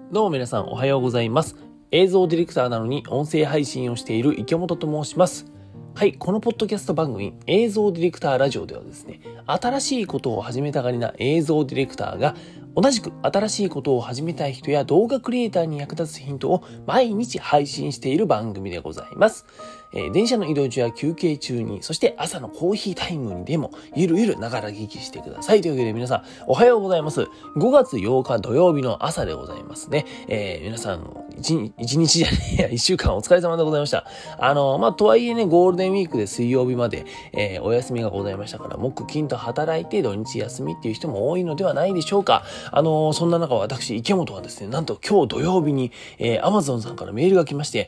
どうも皆さんおはようございます。映像ディレクターなのに音声配信をしている池本と申します。はい、このポッドキャスト番組映像ディレクターラジオではですね、新しいことを始めたがりな映像ディレクターが同じく新しいことを始めたい人や動画クリエイターに役立つヒントを毎日配信している番組でございます。電車の移動中や休憩中に、そして朝のコーヒータイムにでもゆるゆるながら聞きしてください。というわけで皆さんおはようございます。5月8日土曜日の朝でございますね。皆さん一日じゃねえや1週間お疲れ様でございました。とはいえね、ゴールデンウィークで水曜日まで、お休みがございましたから、木金と働いて土日休みっていう人も多いのではないでしょうか。そんな中私池本はですね、なんと今日土曜日に、Amazon さんからメールが来まして、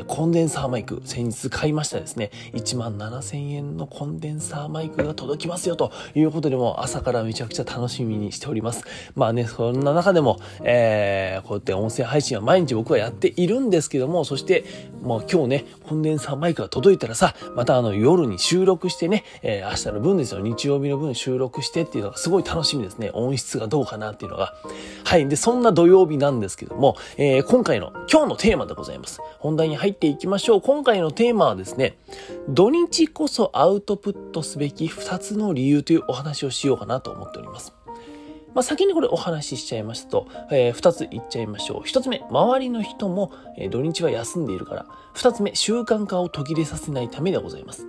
コンデンサーマイク先日買いましたですね、17,000円のコンデンサーマイクが届きますよということで、も朝からめちゃくちゃ楽しみにしております。まあね、そんな中でも、こうやって音声配信は毎日僕はやっているんですけども、そしてもう今日ね、コンデンサーマイクが届いたらさ、また夜に収録してね、明日の分ですよ、日曜日の分収録してっていうのがすごい楽しみですね。音質がどうかなっていうのが。はい。で、そんな土曜日なんですけども、今日のテーマでございます。本題に入っていきましょう。今回のテーマはですね、土日こそアウトプットすべき2つの理由というお話をしようかなと思っております。先にこれお話ししちゃいますと、2つ言っちゃいましょう。1つ目、周りの人も、土日は休んでいるから。2つ目、習慣化を途切れさせないためでございます。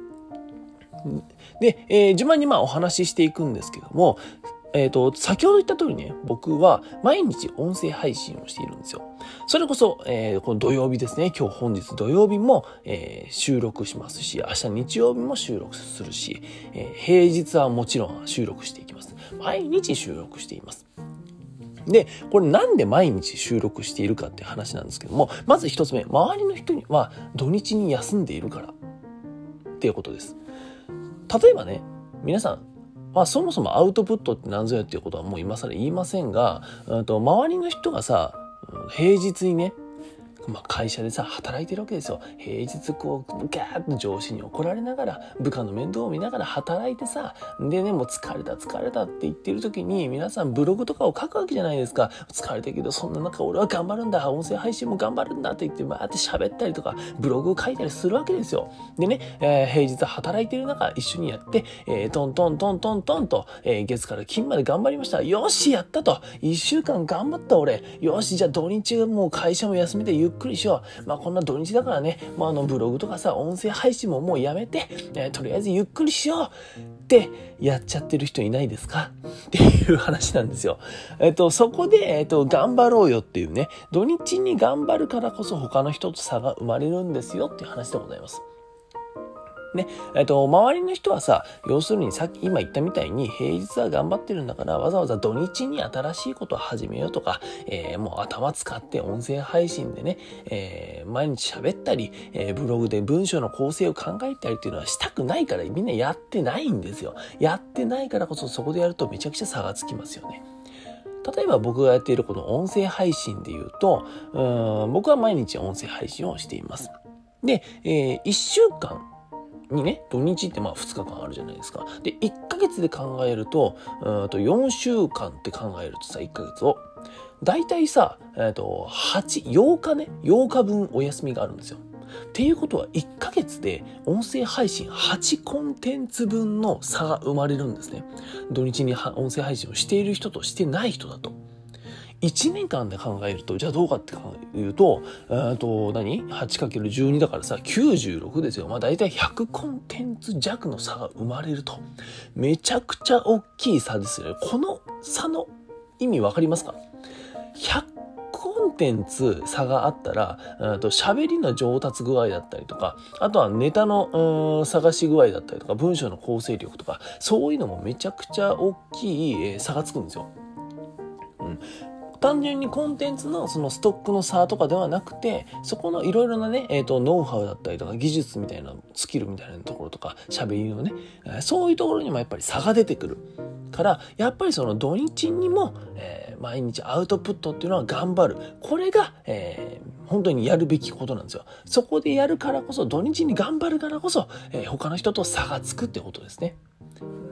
で、順番にお話ししていくんですけども、先ほど言った通りね、僕は毎日音声配信をしているんですよ。それこそ、この土曜日ですね、本日土曜日も、収録しますし、明日日曜日も収録するし、平日はもちろん収録していきます。毎日収録しています。で、これなんで毎日収録しているかって話なんですけども、まず一つ目、周りの人には土日に休んでいるからっていうことです。例えばね、皆さん、そもそもアウトプットって何ぞやっていうことはもう今更言いませんが、周りの人がさ、平日にね、会社でさ働いてるわけですよ。平日こうガーッと上司に怒られながら、部下の面倒を見ながら働いてさ、でね、もう疲れたって言ってる時に皆さんブログとかを書くわけじゃないですか。疲れたけどそんな中俺は頑張るんだ、音声配信も頑張るんだって言ってバーって喋ったりとかブログを書いたりするわけですよ。でね、平日働いてる中一緒にやって、トントンと、月から金まで頑張りました。よしやったと、1週間頑張った俺、よしじゃあ土日はもう会社も休みでゆっくりしよう。こんな土日だからね、ブログとかさ、音声配信ももうやめて、とりあえずゆっくりしようってやっちゃってる人いないですかっていう話なんですよ。そこで、頑張ろうよっていうね、土日に頑張るからこそ他の人と差が生まれるんですよっていう話でございます。ね、周りの人はさ、要するにさっき今言ったみたいに平日は頑張ってるんだから、わざわざ土日に新しいことを始めようとか、もう頭使って音声配信でね、毎日喋ったり、ブログで文章の構成を考えたりっていうのはしたくないから、みんなやってないんですよ。やってないからこそそこでやるとめちゃくちゃ差がつきますよね。例えば僕がやっているこの音声配信で言うと、僕は毎日音声配信をしています。で、1週間にね、土日って2日間あるじゃないですか。で、1ヶ月で考えると、4週間って考えるとさ、1ヶ月を。だいたいさ、8日分お休みがあるんですよ。っていうことは1ヶ月で音声配信8コンテンツ分の差が生まれるんですね。土日に音声配信をしている人としてない人だと。1年間で考えると、じゃあどうかっていうと、8×12 だからさ、96ですよ。だいたい100コンテンツ弱の差が生まれると。めちゃくちゃ大きい差ですよね。この差の意味わかりますか？ 100 コンテンツ差があったら、喋りの上達具合だったりとか、あとはネタの探し具合だったりとか、文章の構成力とか、そういうのもめちゃくちゃ大きい差がつくんですよ。単純にコンテンツのそのストックの差とかではなくて、そこのいろいろなね、ノウハウだったりとか技術みたいなスキルみたいなところとか喋りのね、そういうところにもやっぱり差が出てくるから、やっぱりその土日にも、毎日アウトプットっていうのは頑張る。これが、本当にやるべきことなんですよ。そこでやるからこそ、土日に頑張るからこそ、他の人と差がつくってことですね。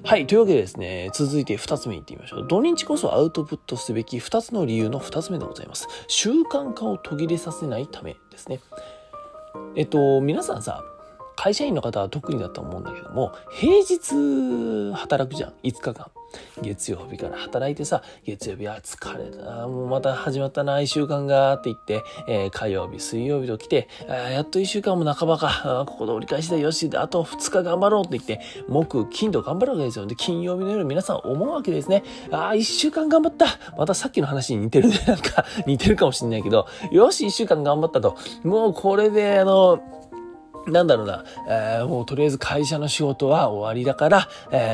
はい。というわけでですね、続いて2つ目いってみましょう。土日こそアウトプットすべき2つの理由の2つ目でございます。習慣化を途切れさせないためですね。皆さんさ、会社員の方は特にだと思うんだけども、平日働くじゃん。5日間。月曜日から働いてさ、月曜日は疲れたな、もうまた始まったな、1週間がって言って、火曜日、水曜日と来て、やっと1週間も半ばか、ここで折り返しだよし、あと2日頑張ろうって言って、木、金と頑張るわけですよ。で、金曜日の夜皆さん思うわけですね。1週間頑張った。またさっきの話に似てるね。なんか似てるかもしれないけど、よし、1週間頑張ったと。もうこれで、なんだろうな、もうとりあえず会社の仕事は終わりだから、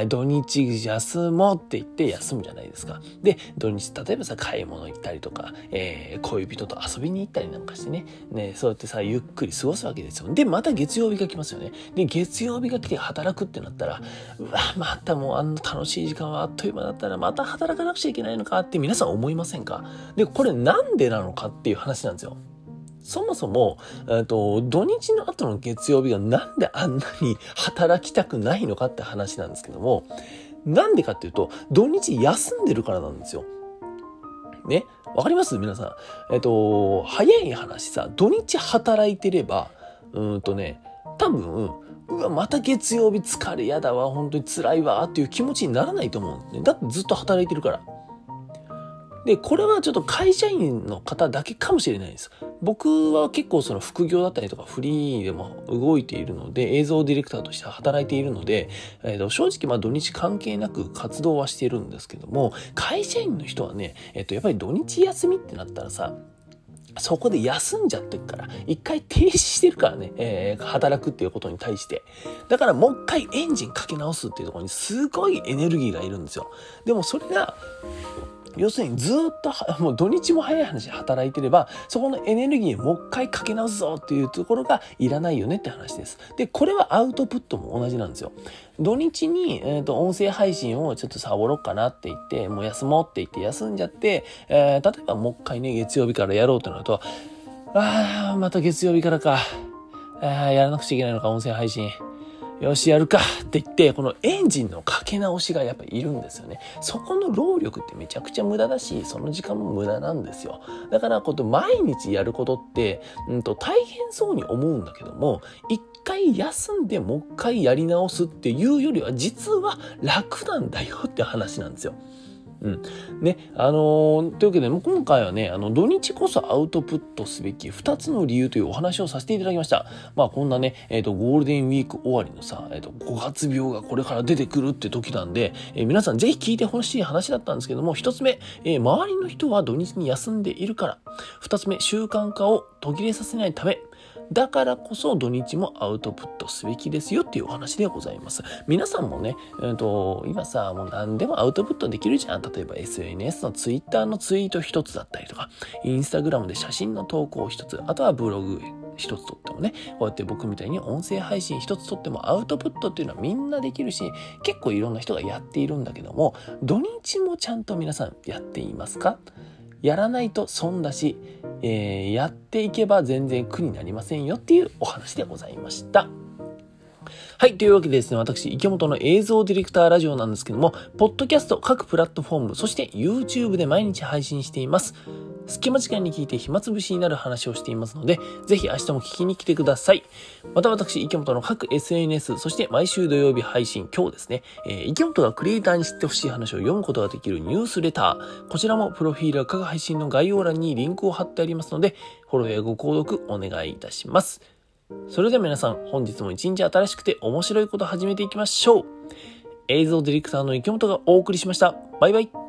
土日休もうって言って休むじゃないですか。で、土日例えばさ、買い物行ったりとか、恋人と遊びに行ったりなんかしてね、そうやってさ、ゆっくり過ごすわけですよ。で、また月曜日が来ますよね。で、月曜日が来て働くってなったら、うわ、またもうあんな楽しい時間はあっという間だったら、また働かなくちゃいけないのかって皆さん思いませんか？で、これなんでなのかっていう話なんですよ。そもそも、土日の後の月曜日がなんであんなに働きたくないのかって話なんですけども、なんでかっていうと、土日休んでるからなんですよ。ね、わかります皆さん。早い話さ、土日働いてれば、多分、うわ、また月曜日疲れやだわ、本当に辛いわっていう気持ちにならないと思うんですね。だってずっと働いてるから。で、これはちょっと会社員の方だけかもしれないです。僕は結構その副業だったりとかフリーでも動いているので、映像ディレクターとして働いているので、正直土日関係なく活動はしているんですけども、会社員の人はね、やっぱり土日休みってなったらさ、そこで休んじゃってるから、一回停止してるからね、働くっていうことに対して。だからもう一回エンジンかけ直すっていうところにすごいエネルギーがいるんですよ。でもそれが、要するにずっともう土日も早い話働いてれば、そこのエネルギーをもう一回かけ直すぞっていうところがいらないよねって話です。で、これはアウトプットも同じなんですよ。土日に、音声配信をちょっとサボろうかなって言って、もう休もうって言って休んじゃって、例えばもう一回ね、月曜日からやろうとなると、また月曜日からか、やらなくちゃいけないのか、音声配信。よし、やるかって言って、このエンジンのかけ直しがやっぱりいるんですよね。そこの労力ってめちゃくちゃ無駄だし、その時間も無駄なんですよ。だから、毎日やることって、大変そうに思うんだけども、一回休んでもう一回やり直すっていうよりは、実は楽なんだよって話なんですよ。ね、というわけで、今回はね、土日こそアウトプットすべき2つの理由というお話をさせていただきました。こんなね、ゴールデンウィーク終わりのさ、5月病がこれから出てくるって時なんで、皆さんぜひ聞いてほしい話だったんですけども、1つ目、周りの人は土日に休んでいるから。2つ目、習慣化を途切れさせないため。だからこそ土日もアウトプットすべきですよっていうお話でございます。皆さんもね、今さ、もう何でもアウトプットできるじゃん。例えば SNS のツイッターのツイート一つだったりとか、インスタグラムで写真の投稿一つ、あとはブログ一つとってもね、こうやって僕みたいに音声配信一つとってもアウトプットっていうのはみんなできるし、結構いろんな人がやっているんだけども、土日もちゃんと皆さんやっていますか？やらないと損だし、やっていけば全然苦になりませんよっていうお話でございました。はい。というわけでですね、私、池本の映像ディレクターラジオなんですけども、ポッドキャスト各プラットフォーム、そして YouTube で毎日配信しています。隙間時間に聞いて暇つぶしになる話をしていますので、ぜひ明日も聞きに来てください。また私、池本の各 SNS、そして毎週土曜日配信、今日ですね、池本がクリエイターに知ってほしい話を読むことができるニュースレター、こちらもプロフィールや各配信の概要欄にリンクを貼ってありますので、フォローやご購読お願いいたします。それでは皆さん、本日も一日新しくて面白いことを始めていきましょう。映像ディレクターの池本がお送りしました。バイバイ。